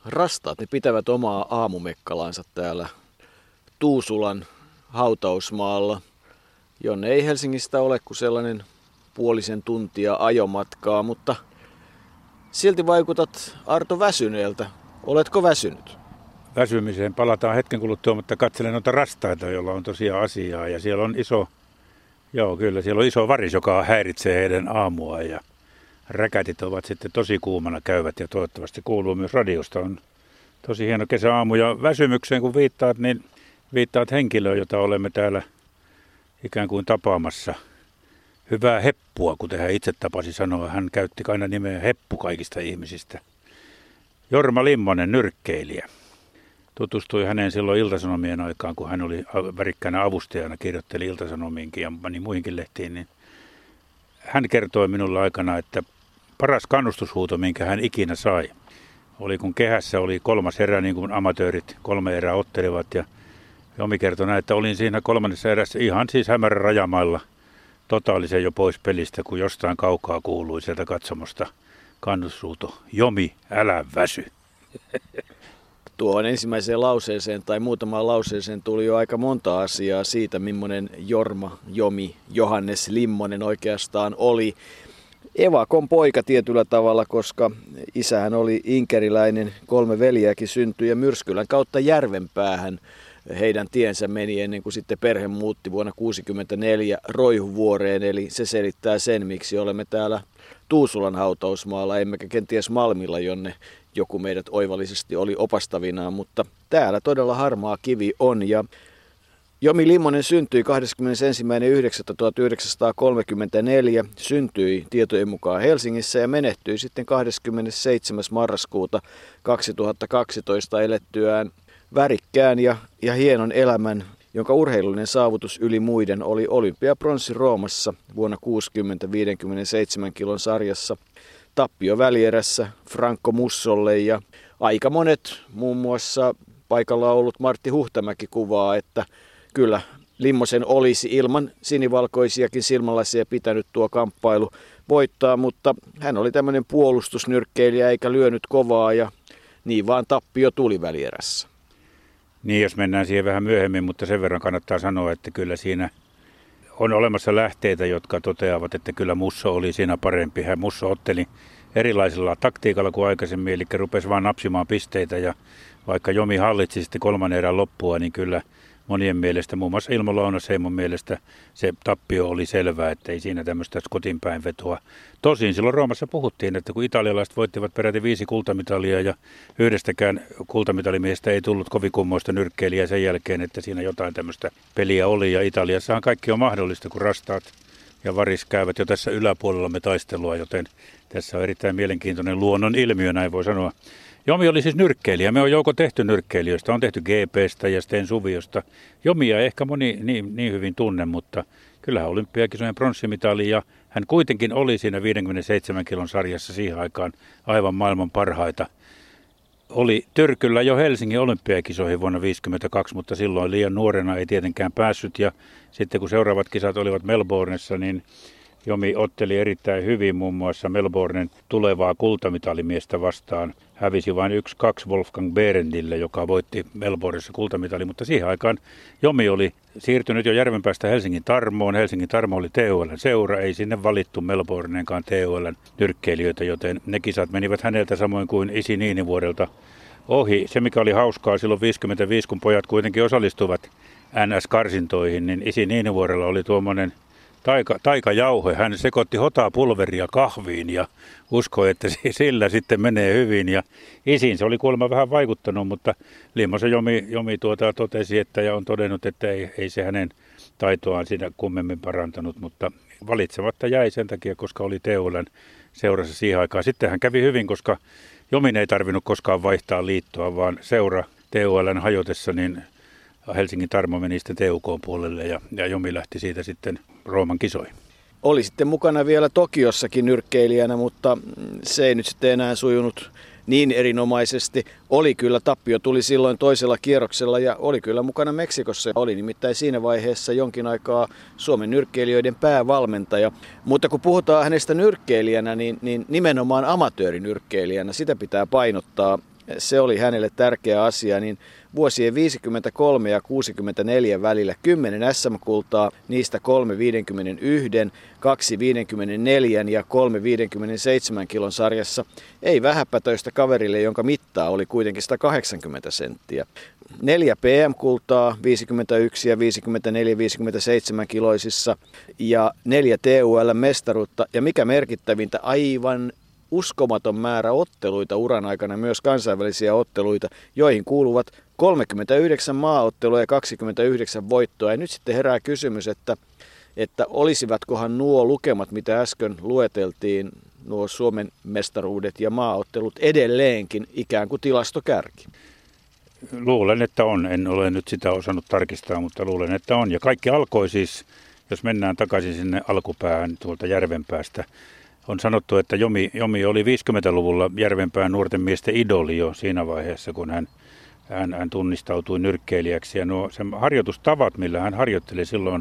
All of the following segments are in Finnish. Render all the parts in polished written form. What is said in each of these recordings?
Rastaat ne pitävät omaa aamumekkalaansa täällä Tuusulan hautausmaalla, jonne ei Helsingistä ole kuin sellainen puolisen tuntia ajomatkaa, mutta silti vaikutat, Arto, väsyneeltä. Oletko väsynyt? Väsymiseen palataan hetken kuluttua, mutta katselen noita rastaita, joilla on tosiaan asiaa. Ja siellä on siellä on iso varis, joka häiritsee heidän aamuaan. Ja räkätit ovat sitten tosi kuumana käyvät ja toivottavasti kuuluu myös radiosta. On tosi hieno kesäaamu ja väsymykseen kun viittaat, niin viittaat henkilöön, jota olemme täällä ikään kuin tapaamassa. Hyvää heppua, kuten hän itse tapasi sanoa. Hän käytti aina nimeä heppu kaikista ihmisistä. Jorma Limmonen, nyrkkeilijä. Tutustui häneen silloin Ilta-Sanomien aikaan, kun hän oli värikkäänä avustajana, kirjoitteli Ilta-Sanomiinkin ja moni muihinkin lehtiin. Niin hän kertoi minulle aikana, että paras kannustushuuto, minkä hän ikinä sai, oli kun kehässä oli 3. erä, niin kuin amatöörit 3 erää ottelivat. Ja Jomi kertoi näin, että olin siinä 3. erässä ihan siis hämärän rajamailla, totaalisen jo pois pelistä, kun jostain kaukaa kuului sieltä katsomosta kannustushuuto: Jomi, älä väsy. Tuohon ensimmäiseen lauseeseen tai muutamaan lauseeseen tuli jo aika monta asiaa siitä, millainen Jorma, Jomi, Johannes Limmonen oikeastaan oli. Evakon poika tietyllä tavalla, koska isähän oli inkeriläinen, 3 veljeäkin syntyi ja Myrskylän kautta Järvenpäähän heidän tiensä meni ennen kuin sitten perhe muutti vuonna 1964 Roihuvuoreen. Eli se selittää sen, miksi olemme täällä Tuusulan hautausmaalla, emmekä kenties Malmilla, jonne joku meidät oivallisesti oli opastavinaan, mutta täällä todella harmaa kivi on. Ja Jomi Limmonen syntyi 21.9.1934, syntyi tietojen mukaan Helsingissä ja menehtyi sitten 27. marraskuuta 2012 elettyään värikkään ja hienon elämän, jonka urheilullinen saavutus yli muiden oli olympiapronssi Roomassa vuonna 60 57 kilon sarjassa. Tappio välierässä Franco Mussolle ja aika monet, muun muassa paikalla ollut Martti Huhtamäki kuvaa, että kyllä Limmosen olisi ilman sinivalkoisiakin silmälaseja pitänyt tuo kamppailu voittaa, mutta hän oli tämmöinen puolustusnyrkkeilijä eikä lyönyt kovaa ja niin vaan tappio tuli välierässä. Niin, jos mennään siihen vähän myöhemmin, mutta sen verran kannattaa sanoa, että kyllä siinä on olemassa lähteitä, jotka toteavat, että kyllä Musso oli siinä parempi. Musso otteli erilaisella taktiikalla kuin aikaisemmin, eli rupesi vaan napsimaan pisteitä ja vaikka Jomi hallitsi sitten 3. erän loppua, niin kyllä monien mielestä, muun muassa Ilmo Lounasheimon mielestä se tappio oli selvää, että ei siinä tämmöistä kotinpäin vetoa. Tosin silloin Roomassa puhuttiin, että kun italialaiset voittivat peräti 5 kultamitalia ja yhdestäkään kultamitalimiestä ei tullut kovin kummoista nyrkkeilijää sen jälkeen, että siinä jotain tämmöistä peliä oli. Ja Italiassahan kaikki on mahdollista, kun rastaat ja varis käyvät jo tässä yläpuolellamme taistelua, joten tässä on erittäin mielenkiintoinen luonnon ilmiö, näin voi sanoa. Jomi oli siis nyrkkeilijä. Me on jouko tehty nyrkkeilijöistä. On tehty GP:stä ja Sten Suviosta. Jomia ei ehkä moni niin hyvin tunne, mutta kyllähän olympiakisojen pronssimitali ja hän kuitenkin oli siinä 57 kilon sarjassa siihen aikaan aivan maailman parhaita. Oli tyrkyllä jo Helsingin olympiakisoihin vuonna 1952, mutta silloin liian nuorena ei tietenkään päässyt. Ja sitten kun seuraavat kisat olivat Melbournessa, niin Jomi otteli erittäin hyvin muun muassa Melbournen tulevaa kultamitalimiestä vastaan. Hävisi vain 1-2 Wolfgang Behrendille, joka voitti Melbournessa kultamitali, mutta siihen aikaan Jomi oli siirtynyt jo Järvenpäästä Helsingin Tarmoon. Helsingin Tarmo oli THL:n seura, ei sinne valittu Melbourneenkaan THL:n nyrkkeilijöitä, joten ne kisat menivät häneltä samoin kuin isi Niinivuorelta ohi. Se mikä oli hauskaa silloin 55, kun pojat kuitenkin osallistuvat NS-karsintoihin, niin isi Niinivuorella oli tuommoinen taikajauhe. Hän sekoitti hotapulveria kahviin ja uskoi, että sillä sitten menee hyvin. Ja isiin se oli kuulemma vähän vaikuttanut, mutta Limmosen Jomi totesi, että ja on todennut, että ei se hänen taitoaan siinä kummemmin parantanut, mutta valitsematta jäi sen takia, koska oli THL:n seurassa siihen aikaan. Sitten hän kävi hyvin, koska Jomin ei tarvinnut koskaan vaihtaa liittoa, vaan seura THL:n hajotessa, niin Helsingin Tarmo meni sitten TUK:n puolelle ja Jomi lähti siitä sitten Rooman kisoihin. Oli sitten mukana vielä Tokiossakin nyrkkeilijänä, mutta se ei nyt sitten enää sujunut niin erinomaisesti. Oli kyllä, tappio tuli silloin toisella kierroksella ja oli kyllä mukana Meksikossa. Oli nimittäin siinä vaiheessa jonkin aikaa Suomen nyrkkeilijöiden päävalmentaja. Mutta kun puhutaan hänestä nyrkkeilijänä, niin nimenomaan amatöörinyrkkeilijänä, sitä pitää painottaa. se oli hänelle tärkeä asia, niin vuosien 53 ja 64 välillä 10 SM-kultaa, niistä 3 51, 2 54 ja 3 57 kilon sarjassa, ei vähäpätöistä kaverille, jonka mittaa oli kuitenkin 180 senttiä. 4 PM-kultaa 51 ja 54 57 kiloisissa ja 4 TUL-mestaruutta ja mikä merkittävintä, aivan uskomaton määrä otteluita uran aikana, myös kansainvälisiä otteluita, joihin kuuluvat 39 maaottelua ja 29 voittoa. Ja nyt sitten herää kysymys, että olisivatkohan nuo lukemat, mitä äsken lueteltiin, nuo Suomen mestaruudet ja maaottelut edelleenkin ikään kuin tilastokärki? Luulen, että on. En ole nyt sitä osannut tarkistaa, mutta luulen, että on. Ja kaikki alkoi siis, jos mennään takaisin sinne alkupäähän tuolta Järvenpäästä. On sanottu, että Jomi oli 50-luvulla Järvenpään nuorten miesten idoli jo siinä vaiheessa, kun hän tunnistautui nyrkkeilijäksi. Ja nuo harjoitustavat, millä hän harjoitteli silloin,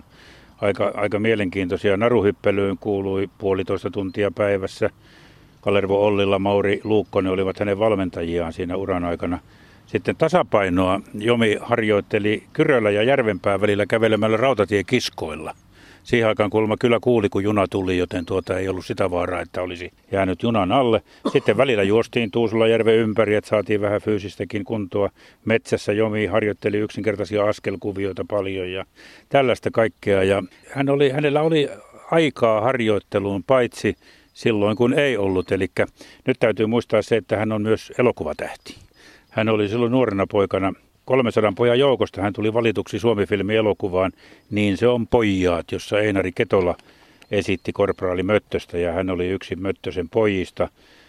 aika mielenkiintoisia. Naruhyppelyyn kuului 1,5 tuntia päivässä. Kalervo Ollila, Mauri Luukkonen olivat hänen valmentajiaan siinä uran aikana. Sitten tasapainoa Jomi harjoitteli Kyrölä ja Järvenpään välillä kävelemällä rautatiekiskoilla. Siihen aikaan kuulemma kyllä kuuli, kun juna tuli, joten ei ollut sitä vaaraa, että olisi jäänyt junan alle. Sitten välillä juostiin Tuusulajärven ympäri, että saatiin vähän fyysistäkin kuntoa. Metsässä Jomi harjoitteli yksinkertaisia askelkuvioita paljon ja tällaista kaikkea. Ja hänellä oli aikaa harjoitteluun paitsi silloin, kun ei ollut. Eli nyt täytyy muistaa se, että hän on myös elokuvatähti. Hän oli silloin nuorena poikana 300 pojan joukosta. Hän tuli valituksi Suomi-filmi-elokuvaan Niin se on pojat, jossa Einari Ketola esitti korporaali Möttöstä ja hän oli yksi Möttösen pojista.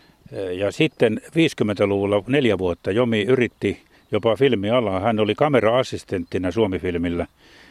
Ja sitten 50-luvulla 4 vuotta Jomi yritti jopa filmialaa. Hän oli kamera-assistenttina Suomi-filmillä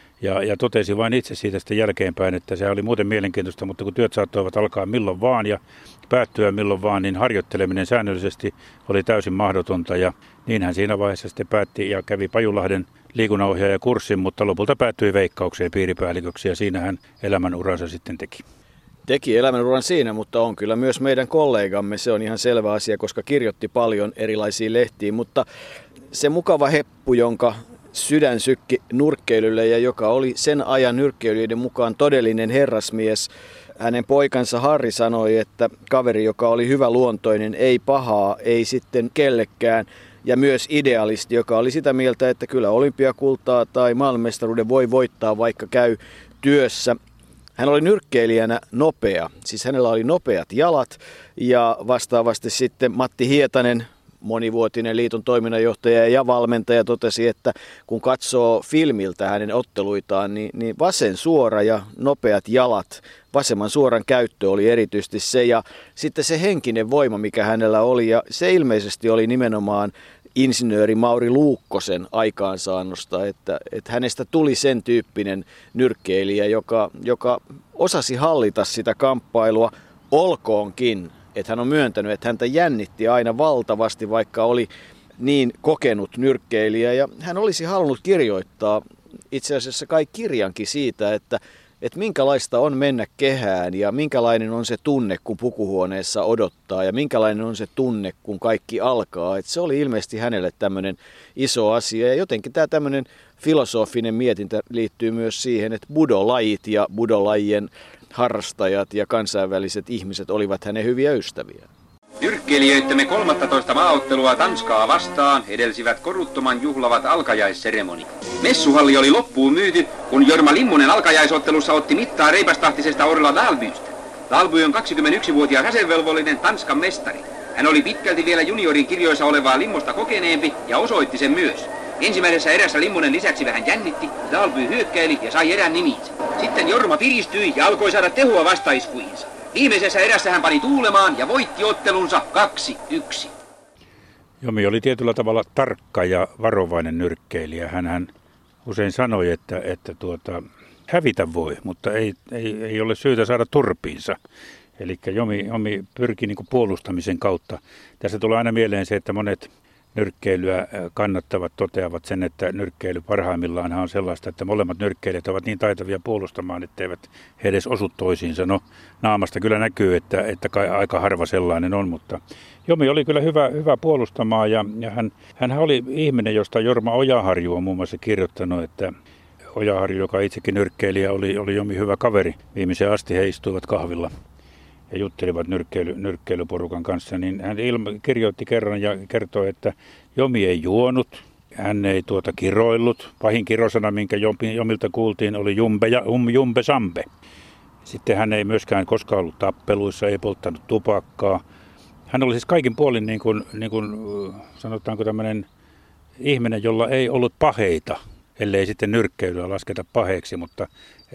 ja totesi vain itse siitä sitten jälkeenpäin, että se oli muuten mielenkiintoista, mutta kun työt saattoivat alkaa milloin vaan ja päättyä milloin vaan, niin harjoitteleminen säännöllisesti oli täysin mahdotonta ja niin hän siinä vaiheessa sitten päätti ja kävi Pajulahden liikunnanohjaajakurssin, mutta lopulta päättyi Veikkaukseen piiripäälliköksi ja siinä hän elämänuransa sitten teki. Teki elämänuran siinä, mutta on kyllä myös meidän kollegamme, se on ihan selvä asia, koska kirjoitti paljon erilaisiin lehtiin, mutta se mukava heppu, jonka sydän sykki nyrkkeilylle ja joka oli sen ajan nyrkkeilyiden mukaan todellinen herrasmies. Hänen poikansa Harri sanoi, että kaveri, joka oli hyvä luontoinen, ei pahaa, ei sitten kellekään. Ja myös idealisti, joka oli sitä mieltä, että kyllä olympiakultaa tai maailmanmestaruuden voi voittaa, vaikka käy työssä. Hän oli nyrkkeilijänä nopea, siis hänellä oli nopeat jalat ja vastaavasti sitten Matti Hietanen, monivuotinen liiton toiminnanjohtaja ja valmentaja, totesi, että kun katsoo filmiltä hänen otteluitaan, niin vasen suora ja nopeat jalat, vasemman suoran käyttö oli erityisesti se ja sitten se henkinen voima, mikä hänellä oli ja se ilmeisesti oli nimenomaan insinööri Mauri Luukkosen aikaansaannosta, että hänestä tuli sen tyyppinen nyrkkeilijä, joka osasi hallita sitä kamppailua, olkoonkin, että hän on myöntänyt, että häntä jännitti aina valtavasti, vaikka oli niin kokenut nyrkkeilijä. Ja hän olisi halunnut kirjoittaa itse asiassa kai kirjankin siitä, että minkälaista on mennä kehään ja minkälainen on se tunne, kun pukuhuoneessa odottaa ja minkälainen on se tunne, kun kaikki alkaa. Että se oli ilmeisesti hänelle tämmöinen iso asia ja jotenkin tämä tämmöinen filosofinen mietintä liittyy myös siihen, että budolajit ja budolajien harrastajat ja kansainväliset ihmiset olivat hänen hyviä ystäviä. Nyrkkeilijöittämme 13 maaottelua Tanskaa vastaan edelsivät koruttoman juhlavat alkajaisseremoniat. Messuhalli oli loppuun myyty, kun Jorma Limmonen alkajaisottelussa otti mittaa reipastahtisesta Orla Dalbystä. Dalby on 21-vuotias asevelvollinen Tanskan mestari. Hän oli pitkälti vielä juniorin kirjoissa olevaa Limmosta kokeneempi ja osoitti sen myös. Ensimmäisessä erässä Limmonen lisäksi vähän jännitti, Dalby hyökkäili ja sai erän nimiinsä. Sitten Jorma piristyi ja alkoi saada tehua vastaiskuihinsa. Viimeisessä erässä hän pani tuulemaan ja voitti ottelunsa 2-1. Jomi oli tietyllä tavalla tarkka ja varovainen nyrkkeilijä. Hän usein sanoi, että hävitä voi, mutta ei ole syytä saada turpiinsa. Eli Jomi pyrki niin kuin puolustamisen kautta. Tässä tulee aina mieleen se, että monet nyrkkeilyä kannattavat toteavat sen, että nyrkkeily parhaimmillaan on sellaista, että molemmat nyrkkeilijät ovat niin taitavia puolustamaan, etteivät he edes osu toisiinsa. No, naamasta kyllä näkyy, että aika harva sellainen on, mutta Jomi oli kyllä hyvä puolustamaan ja hän oli ihminen, josta Jorma Ojaharju on muun muassa kirjoittanut, että Ojaharju, joka itsekin nyrkkeilijä, oli Jomi hyvä kaveri. Viimeiseen asti he istuivat kahvilla ja juttelivat nyrkkeilyporukan kanssa, niin hän kirjoitti kerran ja kertoi, että Jomi ei juonut, hän ei kiroillut. Pahin kirosana, minkä Jomilta kuultiin, oli jumbe sambe. Sitten hän ei myöskään koskaan ollut tappeluissa, ei polttanut tupakkaa. Hän oli siis kaikin puolin niin kuin sanotaanko tämmöinen ihminen, jolla ei ollut paheita, ellei sitten nyrkkeilyä lasketa paheeksi, mutta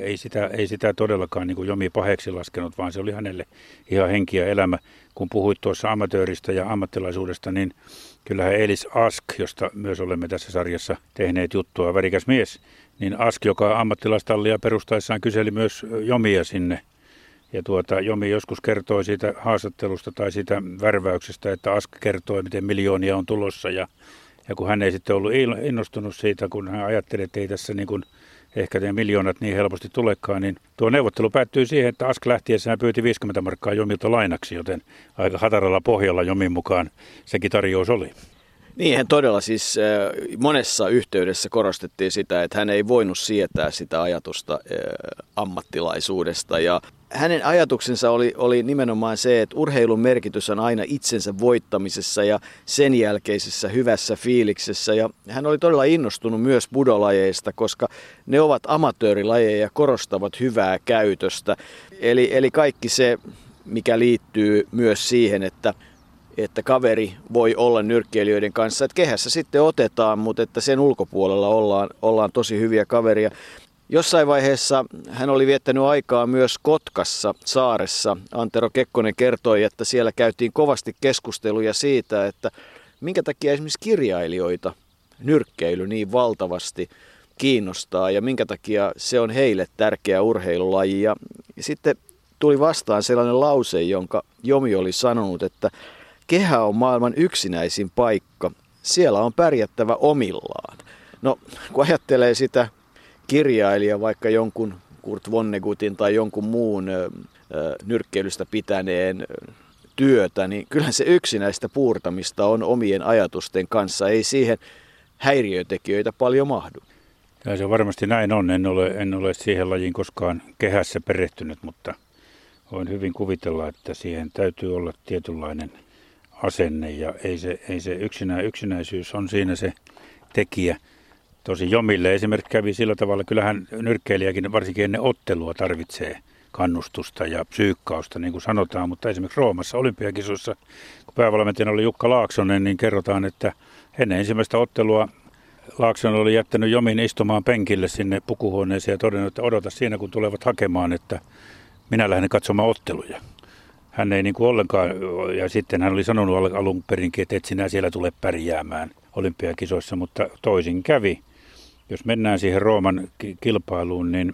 ei sitä todellakaan niin kuin Jomi paheeksi laskenut, vaan se oli hänelle ihan henki ja elämä. Kun puhuit tuossa amatööristä ja ammattilaisuudesta, niin kyllähän Elis Ask, josta myös olemme tässä sarjassa tehneet juttua, värikäs mies, niin Ask, joka ammattilaistallia perustaessaan kyseli myös Jomia sinne. Ja Jomi joskus kertoi siitä haastattelusta tai siitä värväyksestä, että Ask kertoi, miten miljoonia on tulossa. Ja kun hän ei sitten ollut innostunut siitä, kun hän ajatteli, että ei tässä niin kuin ehkä ne miljoonat niin helposti tulekaan, niin tuo neuvottelu päättyi siihen, että Ask lähtiessään pyyti 50 markkaa Jomilta lainaksi, joten aika hataralla pohjalla Jomin mukaan sekin tarjous oli. Niin, hän todella siis monessa yhteydessä korostettiin sitä, että hän ei voinut sietää sitä ajatusta ammattilaisuudesta. Ja hänen ajatuksensa oli nimenomaan se, että urheilun merkitys on aina itsensä voittamisessa ja sen jälkeisessä hyvässä fiiliksessä. Ja hän oli todella innostunut myös budolajeista, koska ne ovat amatöörilajeja ja korostavat hyvää käytöstä. Eli kaikki se, mikä liittyy myös siihen, että kaveri voi olla nyrkkeilijöiden kanssa, että kehässä sitten otetaan, mutta että sen ulkopuolella ollaan tosi hyviä kaveria. Jossain vaiheessa hän oli viettänyt aikaa myös Kotkassa saaressa. Antero Kekkonen kertoi, että siellä käytiin kovasti keskusteluja siitä, että minkä takia esimerkiksi kirjailijoita nyrkkeily niin valtavasti kiinnostaa ja minkä takia se on heille tärkeä urheilulaji. Ja sitten tuli vastaan sellainen lause, jonka Jomi oli sanonut, että kehä on maailman yksinäisin paikka. Siellä on pärjättävä omillaan. No, kun ajattelee sitä kirjailija, vaikka jonkun Kurt Vonnegutin tai jonkun muun nyrkkeilystä pitäneen työtä, niin kyllähän se yksinäistä puurtamista on omien ajatusten kanssa. Ei siihen häiriötekijöitä paljon mahdu. Ja se varmasti näin on. En ole siihen lajiin koskaan kehässä perehtynyt, mutta voin hyvin kuvitella, että siihen täytyy olla tietynlainen asenne ja ei se yksinäisyys on siinä se tekijä. Tosi Jomille esimerkiksi kävi sillä tavalla, kyllähän nyrkkeilijäkin varsinkin ennen ottelua tarvitsee kannustusta ja psyykkausta, niin kuin sanotaan, mutta esimerkiksi Roomassa olympiakisoissa, kun päävalmentajana oli Jukka Laaksonen, niin kerrotaan, että ennen ensimmäistä ottelua Laaksonen oli jättänyt Jomin istumaan penkille sinne pukuhuoneeseen ja todennut, että odota siinä, kun tulevat hakemaan, että minä lähden katsomaan otteluja. Hän ei niin kuin ollenkaan, ja sitten hän oli sanonut alun perinkin, että et sinä siellä tule pärjäämään olympiakisoissa, mutta toisin kävi. Jos mennään siihen Rooman kilpailuun, niin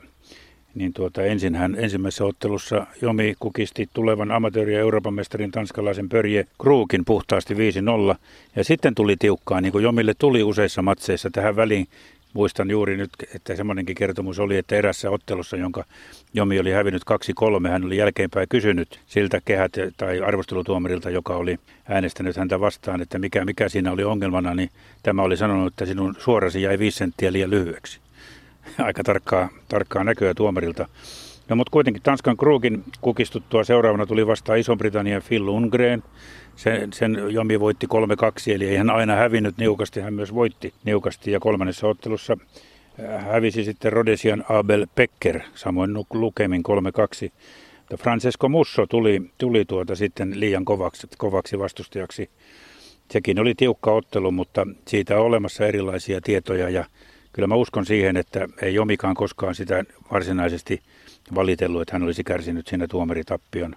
ensimmäisessä ottelussa Jomi kukisti tulevan amatööri- ja Euroopan mestarin tanskalaisen Börje Krugin puhtaasti 5-0. Ja sitten tuli tiukkaa, niin kuin Jomille tuli useissa matseissa tähän väliin. Muistan juuri nyt, että semmoinenkin kertomus oli, että erässä ottelussa, jonka Jomi oli hävinnyt 2-3, hän oli jälkeenpäin kysynyt siltä tai arvostelutuomarilta, joka oli äänestänyt häntä vastaan, että mikä siinä oli ongelmana, niin tämä oli sanonut, että sinun suorasi jäi 5 senttiä liian lyhyeksi. Aika tarkkaa näköä tuomarilta. No mutta kuitenkin Tanskan Krugin kukistuttua seuraavana tuli vastaan Iso-Britannian Phil Lundgren. Sen Jomi voitti 3-2, eli ei hän aina hävinnyt niukasti, hän myös voitti niukasti. Ja kolmannessa ottelussa hävisi sitten Rhodesian Abel Becker, samoin lukemin 3-2. Francesco Musso tuli sitten liian kovaksi vastustajaksi. Sekin oli tiukka ottelu, mutta siitä on olemassa erilaisia tietoja ja kyllä mä uskon siihen, että ei Jomikaan koskaan sitä varsinaisesti valitellut, että hän olisi kärsinyt siinä tuomaritappion,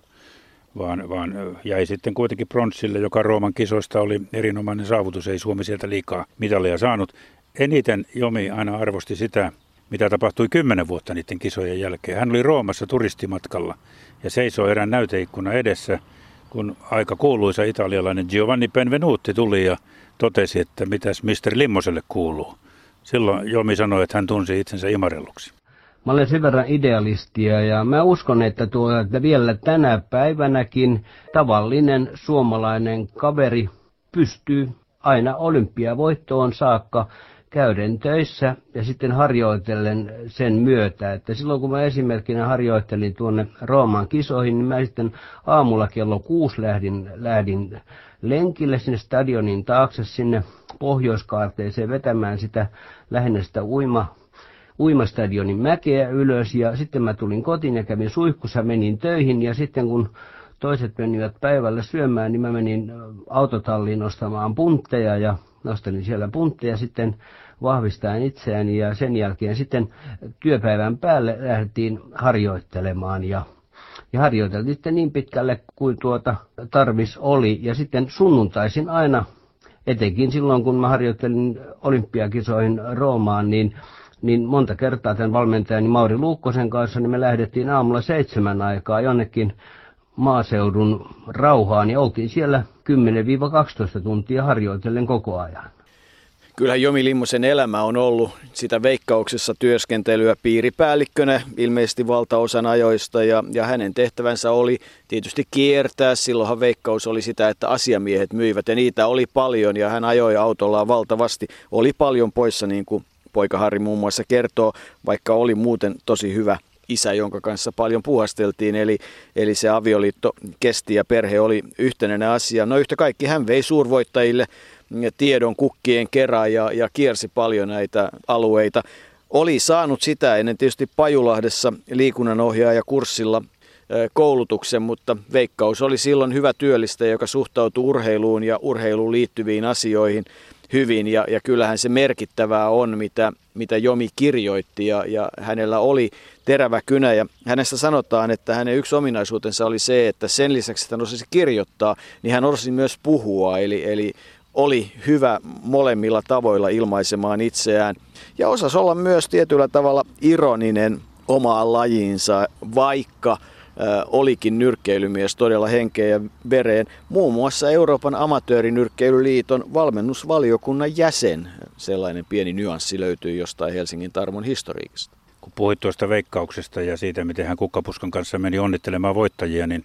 vaan jäi sitten kuitenkin pronssille, joka Rooman kisoista oli erinomainen saavutus. Ei Suomi sieltä liikaa mitalia saanut. Eniten Jomi aina arvosti sitä, mitä tapahtui 10 vuotta niiden kisojen jälkeen. Hän oli Roomassa turistimatkalla ja seisoi erään näyteikkuna edessä kun aika kuuluisa italialainen Giovanni Benvenuti tuli ja totesi, että mitäs Mr. Limmoselle kuuluu. Silloin Jomi sanoi, että hän tunsi itsensä imarelluksi. Mä olen sen verran idealistia ja mä uskon, että vielä tänä päivänäkin tavallinen suomalainen kaveri pystyy aina olympiavoittoon saakka käyden töissä ja sitten harjoitellen sen myötä. Että silloin kun mä esimerkkinä harjoittelin tuonne Rooman kisoihin, niin mä sitten aamulla kello 6 lähdin lenkille sinne stadionin taakse sinne Pohjoiskaarteeseen vetämään sitä lähinnä sitä uimastadionin mäkeä ylös ja sitten mä tulin kotiin ja kävin suihkussa, menin töihin ja sitten kun toiset menivät päivällä syömään, niin mä menin autotalliin ostamaan puntteja ja nostelin siellä puntteja sitten vahvistaen itseäni ja sen jälkeen sitten työpäivän päälle lähdettiin harjoittelemaan ja harjoiteltiin sitten niin pitkälle kuin tarvis oli ja sitten sunnuntaisin aina, etenkin silloin kun mä harjoittelin olympiakisoihin Roomaan, niin monta kertaa tämän valmentajani Mauri Luukkosen kanssa, niin me lähdettiin aamulla 7 aikaa jonnekin maaseudun rauhaan ja oltiin siellä 10-12 tuntia harjoitellen koko ajan. Kyllähän Jomi Limmosen elämä on ollut sitä Veikkauksessa työskentelyä piiripäällikkönä ilmeisesti valtaosan ajoista ja hänen tehtävänsä oli tietysti kiertää. Silloinhan Veikkaus oli sitä, että asiamiehet myivät ja niitä oli paljon ja hän ajoi autollaan valtavasti. Oli paljon poissa niin kuin poika Harri muun muassa kertoo, vaikka oli muuten tosi hyvä isä, jonka kanssa paljon puhasteltiin, eli se avioliitto kesti ja perhe oli yhtenäinen asia. No yhtä kaikki hän vei suurvoittajille tiedon kukkien kerran ja kiersi paljon näitä alueita. Oli saanut sitä ennen tietysti Pajulahdessa liikunnanohjaajakurssilla koulutuksen, mutta Veikkaus oli silloin hyvä työllistäjä, joka suhtautui urheiluun ja urheiluun liittyviin asioihin hyvin ja kyllähän se merkittävää on, mitä Jomi kirjoitti ja hänellä oli terävä kynä ja hänestä sanotaan, että hänen yksi ominaisuutensa oli se, että sen lisäksi, että hän osasi kirjoittaa, niin hän osasi myös puhua, eli oli hyvä molemmilla tavoilla ilmaisemaan itseään ja osasi olla myös tietyllä tavalla ironinen omaan lajiinsa, vaikka olikin nyrkkeilymies todella henkeen ja vereen, muun muassa Euroopan amatöörinyrkkeilyliiton valmennusvaliokunnan jäsen. Sellainen pieni nyanssi löytyy jostain Helsingin Tarmon historiikista. Kun puhuit tuosta Veikkauksesta ja siitä, miten hän Kukkapuskan kanssa meni onnittelemaan voittajia, niin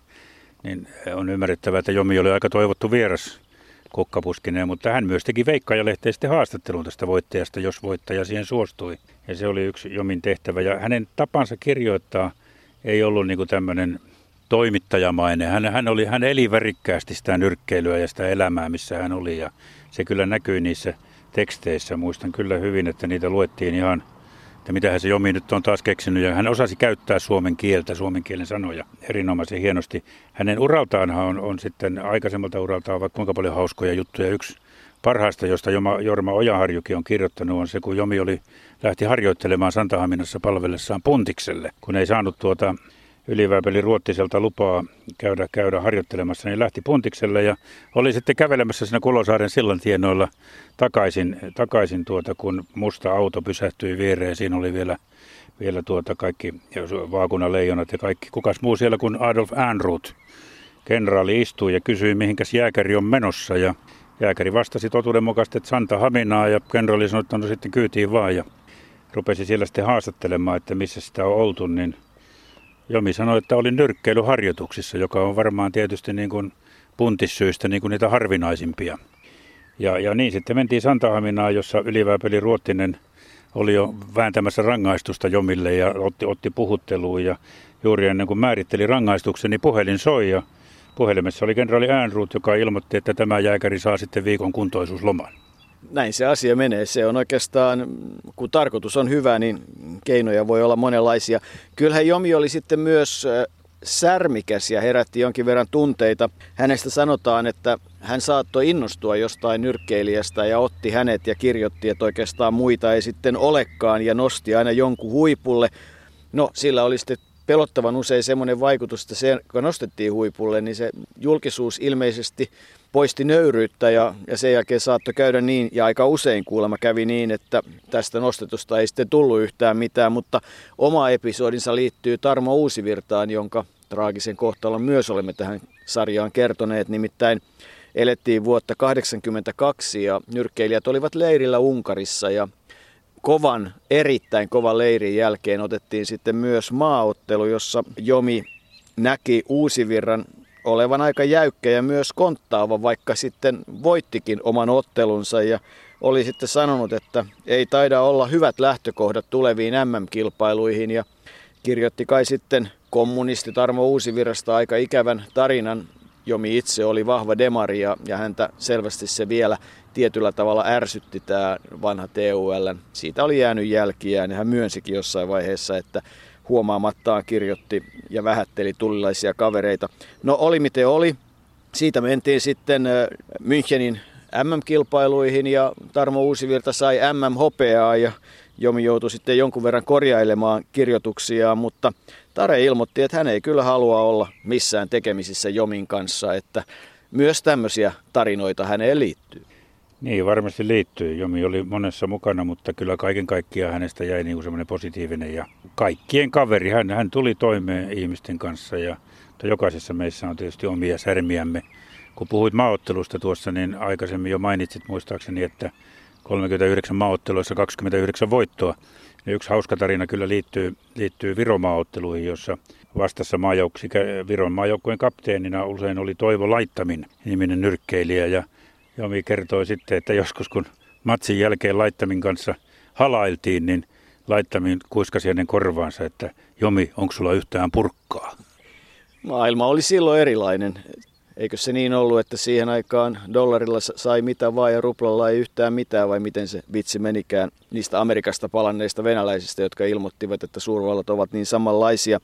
on ymmärrettävää, että Jomi oli aika toivottu vieras Kukkapuskineen, mutta hän myös teki Veikkaja-lehteen sitten haastattelun tästä voittajasta, jos voittaja siihen suostui. Ja se oli yksi Jomin tehtävä ja hänen tapansa kirjoittaa ei ollut niin kuin tämmöinen toimittajamainen. Hän eli värikkäästi sitä nyrkkeilyä ja sitä elämää, missä hän oli. Ja se kyllä näkyi niissä teksteissä. Muistan kyllä hyvin, että niitä luettiin ihan, että mitähän se Jomi nyt on taas keksinyt. Ja hän osasi käyttää suomen kieltä, suomen kielen sanoja erinomaisen hienosti. Hänen uraltaanhan on sitten aikaisemmalta uraltaan vaikka kuinka paljon hauskoja juttuja. Yksi parhaista, josta Jorma Ojaharjukin on kirjoittanut, on se, kun Jomi lähti harjoittelemaan Santahaminassa palvellessaan Puntikselle. Kun ei saanut Yli-Vääpeli Ruottiselta lupaa käydä harjoittelemassa, niin lähti Puntikselle ja oli sitten kävelemässä siinä Kulosaaren sillan tienoilla takaisin kun musta auto pysähtyi viereen. Siinä oli vielä kaikki vaakunaleijonat ja kaikki. Kukas muu siellä kuin Adolf Ehrnrooth. Kenraali istui ja kysyi, mihinkäs jääkäri on menossa ja jääkäri vastasi totuudenmukaisesti, että Santahaminaa ja kenraali sanoi, että no sitten kyytiin vaan ja rupesi siellä sitten haastattelemaan, että missä sitä on oltu, niin Jomi sanoi, että oli nyrkkeilyharjoituksissa, joka on varmaan tietysti niin kuin puntissyistä niin kuin niitä harvinaisimpia. Ja niin sitten mentiin Santahaminaan, jossa Yli-Vääpeli Ruottinen oli jo vääntämässä rangaistusta Jomille ja otti puhutteluun ja juuri ennen kuin määritteli rangaistuksen, niin puhelin soi ja puhelimessa oli kenraali Ehrnrooth, joka ilmoitti, että tämä jääkäri saa sitten viikon kuntoisuusloman. Näin se asia menee. Se on oikeastaan, kun tarkoitus on hyvä, niin keinoja voi olla monenlaisia. Kyllähän Jomi oli sitten myös särmikäs ja herätti jonkin verran tunteita. Hänestä sanotaan, että hän saattoi innostua jostain nyrkkeilijästä ja otti hänet ja kirjoitti, että oikeastaan muita ei sitten olekaan ja nosti aina jonkun huipulle. No, sillä oli sitten pelottavan usein semmoinen vaikutus, että se, kun nostettiin huipulle, niin se julkisuus ilmeisesti poisti nöyryyttä ja sen jälkeen saattoi käydä niin, ja aika usein kuulemma kävi niin, että tästä nostetusta ei sitten tullut yhtään mitään, mutta oma episodinsa liittyy Tarmo Uusivirtaan, jonka traagisen kohtalon myös olemme tähän sarjaan kertoneet. Nimittäin elettiin vuotta 1982 ja nyrkkeilijät olivat leirillä Unkarissa ja erittäin kovan leirin jälkeen otettiin sitten myös maaottelu, jossa Jomi näki Uusivirran olevan aika jäykkä ja myös konttaava, vaikka sitten voittikin oman ottelunsa ja oli sitten sanonut, että ei taida olla hyvät lähtökohdat tuleviin MM-kilpailuihin ja kirjoitti kai sitten kommunisti Tarmo Uusivirrasta aika ikävän tarinan. Jomi itse oli vahva demari ja häntä selvästi se vielä tietyllä tavalla ärsytti tämä vanha TUL. Siitä oli jäänyt jälkiään ja hän myönsikin jossain vaiheessa, että huomaamattaan kirjoitti ja vähätteli tulilaisia kavereita. No oli miten oli. Siitä mentiin sitten Münchenin MM-kilpailuihin ja Tarmo Uusivirta sai MM-hopeaa ja Jomi joutui sitten jonkun verran korjailemaan kirjoituksiaan, mutta Tare ilmoitti, että hän ei kyllä halua olla missään tekemisissä Jomin kanssa, että myös tämmöisiä tarinoita häneen liittyy. Niin, varmasti liittyy. Jomi oli monessa mukana, mutta kyllä kaiken kaikkiaan hänestä jäi niin kuin semmoinen positiivinen ja kaikkien kaveri. Hän tuli toimeen ihmisten kanssa ja jokaisessa meissä on tietysti omia särmiämme. Kun puhuit maaottelusta tuossa, niin aikaisemmin jo mainitsit muistaakseni, että 39 maaotteluissa 29 voittoa. Ja yksi hauska tarina kyllä liittyy Viron maaotteluihin, jossa vastassa Viron maajoukkueen kapteenina usein oli Toivo Laittamin niminen nyrkkeilijä. Ja Jomi kertoi sitten, että joskus kun matsin jälkeen Laittamin kanssa halailtiin, niin Laittamin kuiskasi ennen korvaansa, että Jomi, onko sulla yhtään purkkaa? Maailma oli silloin erilainen. Eikö se niin ollut, että siihen aikaan dollarilla sai mitä vaan ja ruplalla ei yhtään mitään, vai miten se vitsi menikään niistä Amerikasta palanneista venäläisistä, jotka ilmoittivat, että suurvallat ovat niin samanlaisia.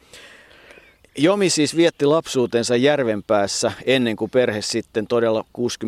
Jomi siis vietti lapsuutensa Järvenpäässä ennen kuin perhe sitten todella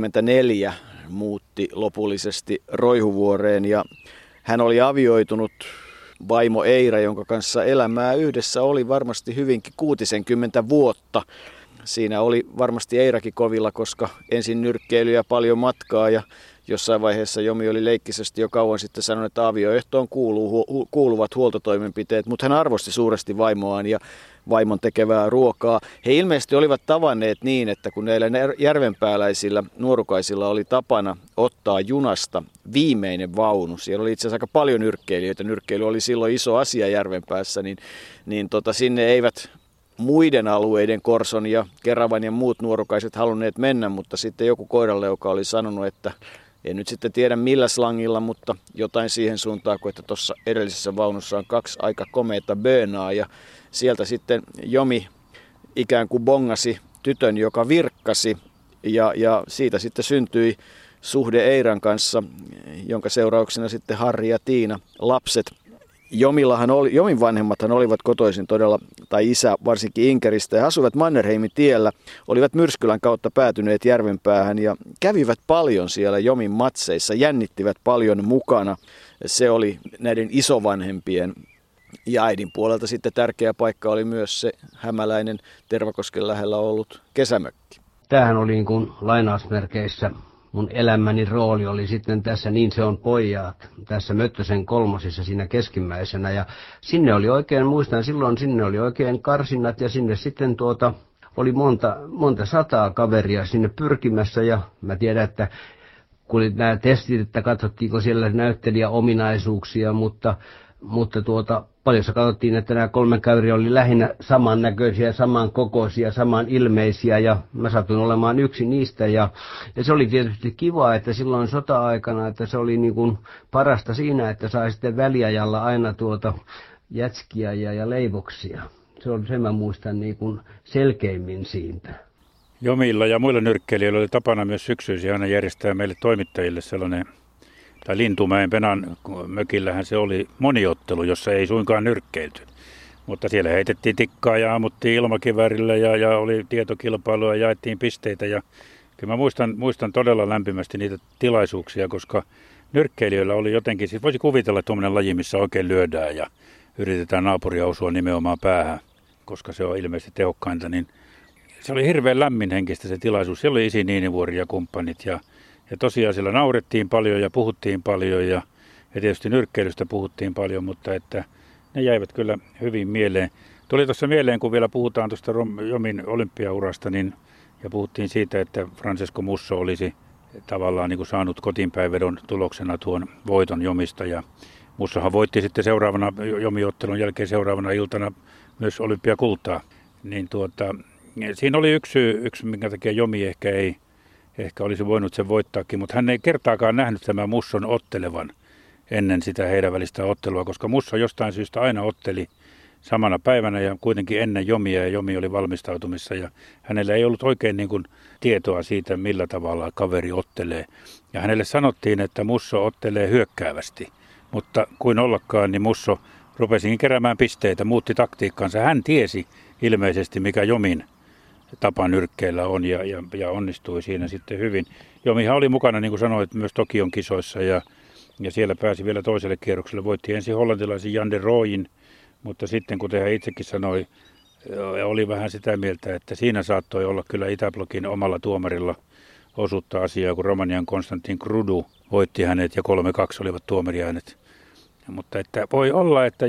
64 muutti lopullisesti Roihuvuoreen ja hän oli avioitunut vaimo Eira, jonka kanssa elämää yhdessä oli varmasti hyvinkin 60 vuotta. Siinä oli varmasti Eirakin kovilla, koska ensin nyrkkeily ja paljon matkaa ja jossain vaiheessa Jomi oli leikkisesti jo kauan sitten sanonut, että avioehtoon kuuluvat huoltotoimenpiteet, mutta hän arvosti suuresti vaimoaan ja vaimon tekevää ruokaa. He ilmeisesti olivat tavanneet niin, että kun näillä järvenpääläisillä nuorukaisilla oli tapana ottaa junasta viimeinen vaunu, siellä oli itse asiassa aika paljon nyrkkeilijöitä, nyrkkeily oli silloin iso asia Järvenpäässä, niin sinne eivät muiden alueiden Korson ja Keravan ja muut nuorukaiset halunneet mennä, mutta sitten joku koiranleuka oli sanonut, että en nyt sitten tiedä millä slangilla, mutta jotain siihen suuntaan, kun että tuossa edellisessä vaunussa on 2 aika komeita bönaa ja sieltä sitten Jomi ikään kuin bongasi tytön, joka virkkasi ja siitä sitten syntyi suhde Eiran kanssa, jonka seurauksena sitten Harri ja Tiina lapset. Jomin vanhemmathan olivat kotoisin todella, tai isä varsinkin Inkeristä, ja asuivat Mannerheimin tiellä, olivat Myrskylän kautta päätyneet Järvenpäähän ja kävivät paljon siellä Jomin matseissa, jännittivät paljon mukana. Se oli näiden isovanhempien ja äidin puolelta sitten tärkeä paikka oli myös se hämäläinen Tervakosken lähellä ollut kesämökki. Tämähän oli niin kuin lainausmerkeissä. Mun elämäni rooli oli sitten tässä Niin se on pojat, tässä Möttösen kolmosissa siinä keskimmäisenä. Ja sinne oli oikein, muistan silloin, sinne oli oikein karsinnat ja sinne sitten oli monta sataa kaveria sinne pyrkimässä. Ja mä tiedän, että kun oli nämä testit, että katsottiinko siellä näyttelijäominaisuuksia, mutta paljossa katsottiin, että nämä 3 kaveria oli lähinnä samannäköisiä, samankokoisia, saman ilmeisiä ja mä satuin olemaan yksi niistä ja se oli tietysti kiva, että silloin sota-aikana, että se oli niin kuin parasta siinä, että sai sitten väliajalla aina jätskiä ja leivoksia. Sen mä muistan niin kuin selkeimmin siitä. Jomilla ja muilla nyrkkeilijöillä oli tapana myös syksyisin aina järjestää meille toimittajille sellainen, tai Lintumäen Penan mökillähän se oli moniottelu, jossa ei suinkaan nyrkkeilty. Mutta siellä heitettiin tikkaa ja ammuttiin ilmakiväärillä ja oli tietokilpailua ja jaettiin pisteitä. Ja kyllä mä muistan todella lämpimästi niitä tilaisuuksia, koska nyrkkeilijöillä oli jotenkin, siis voisi kuvitella tuommoinen laji, missä oikein lyödään ja yritetään naapuria osua nimenomaan päähän, koska se on ilmeisesti tehokkainta, niin se oli hirveän lämminhenkistä se tilaisuus. Siellä oli Isi Niinivuori ja kumppanit ja tosiaan siellä naurettiin paljon ja puhuttiin paljon ja tietysti nyrkkeilystä puhuttiin paljon, mutta että ne jäivät kyllä hyvin mieleen. Tuli tuossa mieleen, kun vielä puhutaan tuosta Jomin olympiaurasta, niin Ja puhuttiin siitä, että Francesco Musso olisi tavallaan niin kuin saanut kotiinpäinvedon tuloksena tuon voiton jomista. Ja Mussohan voitti sitten seuraavana jomiottelun jälkeen seuraavana iltana myös olympiakultaa. Niin siinä oli yksi minkä takia jomi ehkä olisi voinut sen voittaakin, mutta hän ei kertaakaan nähnyt tämän Musson ottelevan ennen sitä heidän välistä ottelua, koska Musso jostain syystä aina otteli samana päivänä ja kuitenkin ennen jomia, ja jomi oli valmistautumissa ja hänellä ei ollut oikein niin kuin tietoa siitä, millä tavalla kaveri ottelee. Ja hänelle sanottiin, että Musso ottelee hyökkäävästi, mutta kuin ollakaan, niin Musso rupesikin keräämään pisteitä, muutti taktiikkansa. Hän tiesi ilmeisesti, mikä jomin tapa nyrkkeillä on ja onnistui siinä sitten hyvin. Jomihan oli mukana, niin kuin sanoit, myös Tokion kisoissa ja siellä pääsi vielä toiselle kierrokselle. Voitti ensin hollantilaisen Jan de Rooyin, mutta sitten kuten hän itsekin sanoi, oli vähän sitä mieltä, että siinä saattoi olla kyllä Itäblokin omalla tuomarilla osuutta asiaa, kun Romanian Konstantin Krudu voitti hänet ja 3-2 olivat tuomariäänet. Mutta että voi olla, että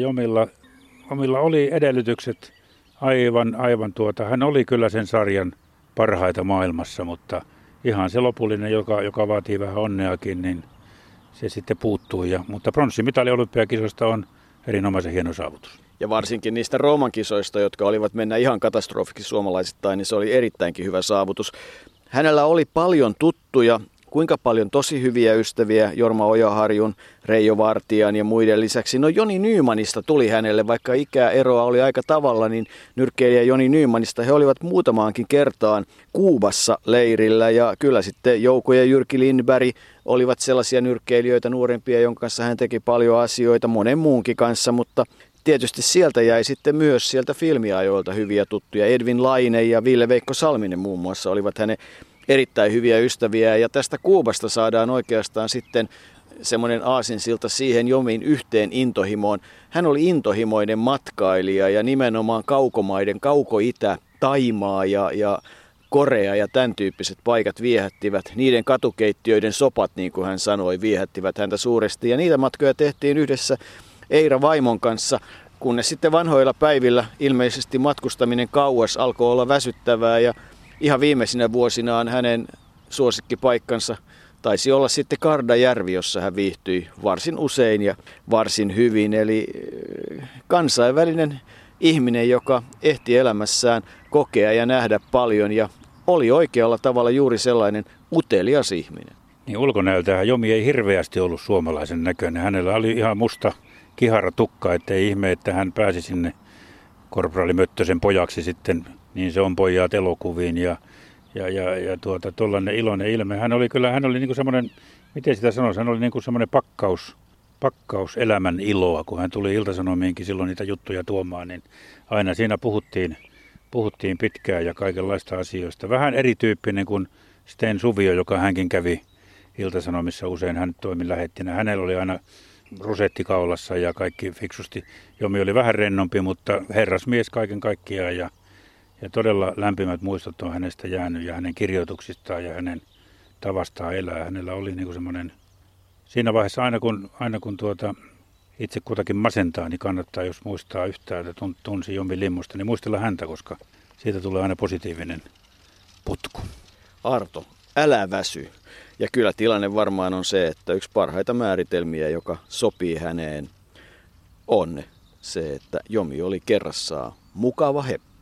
Jomilla oli edellytykset aivan hän oli kyllä sen sarjan parhaita maailmassa, mutta ihan se lopullinen, joka vaatii vähän onneakin, niin se sitten puuttui. Mutta pronssimitali olympiakisoista on erinomaisen hieno saavutus. Ja varsinkin niistä Rooman kisoista, jotka olivat mennä ihan katastrofiksi suomalaisittain, niin se oli erittäinkin hyvä saavutus. Hänellä oli paljon tuttuja, kuinka paljon tosi hyviä ystäviä Jorma Ojaharjun, Reijo Vartijan ja muiden lisäksi. No Joni Nymanista tuli hänelle, vaikka ikäeroa oli aika tavalla, niin nyrkkeilijä Joni Nymanista he olivat muutamaankin kertaan Kuubassa leirillä. Ja kyllä sitten Jouko ja Jyrki Lindberg olivat sellaisia nyrkkeilijöitä nuorempia, jonka kanssa hän teki paljon asioita monen muunkin kanssa, mutta tietysti sieltä jäi sitten myös sieltä filmiajoilta hyviä tuttuja. Edvin Laine ja Ville-Veikko Salminen muun muassa olivat hänen erittäin hyviä ystäviä, ja tästä Kuubasta saadaan oikeastaan sitten semmoinen aasinsilta siihen Jomin yhteen intohimoon. Hän oli intohimoinen matkailija ja nimenomaan kaukomaiden, Kauko-Itä, Taimaa ja Korea ja tämän tyyppiset paikat viehättivät. Niiden katukeittiöiden sopat, niin kuin hän sanoi, viehättivät häntä suuresti, ja niitä matkoja tehtiin yhdessä Eira vaimon kanssa, kunnes sitten vanhoilla päivillä ilmeisesti matkustaminen kauas alkoi olla väsyttävää, ja ihan viimeisinä vuosinaan hänen suosikkipaikkansa taisi olla sitten Kardajärvi, jossa hän viihtyi varsin usein ja varsin hyvin. Eli kansainvälinen ihminen, joka ehti elämässään kokea ja nähdä paljon ja oli oikealla tavalla juuri sellainen utelias ihminen. Niin ulkonäöltähän Jomi ei hirveästi ollut suomalaisen näköinen. Hänellä oli ihan musta kihara tukka, ettei ihme, että hän pääsi sinne korporaali Möttösen pojaksi sitten. Niin se on pojat elokuviin ja tuollainen iloinen ilme. Hän oli niin kuin semmoinen, miten sitä sanoisi, hän oli niin kuin semmoinen pakkaus elämän iloa, kun hän tuli Ilta-Sanomiinkin silloin niitä juttuja tuomaan, niin aina siinä puhuttiin pitkään ja kaikenlaista asioista. Vähän erityyppinen kuin Sten Suvio, joka hänkin kävi Ilta-Sanomissa usein, hän toimi lähettinä. Hänellä oli aina rusetti kaulassa ja kaikki fiksusti. Jomi oli vähän rennompi, mutta herrasmies kaiken kaikkiaan ja todella lämpimät muistot on hänestä jäänyt ja hänen kirjoituksistaan ja hänen tavastaan elää. Hänellä oli niin kuin semmoinen, siinä vaiheessa aina kun itse kutakin masentaa, niin kannattaa, jos muistaa yhtään, että tunsi Jomi Limmosta, niin muistella häntä, koska siitä tulee aina positiivinen potku. Arto, älä väsy. Ja kyllä tilanne varmaan on se, että yksi parhaita määritelmiä, joka sopii häneen, on se, että Jomi oli kerrassaan mukava heppu.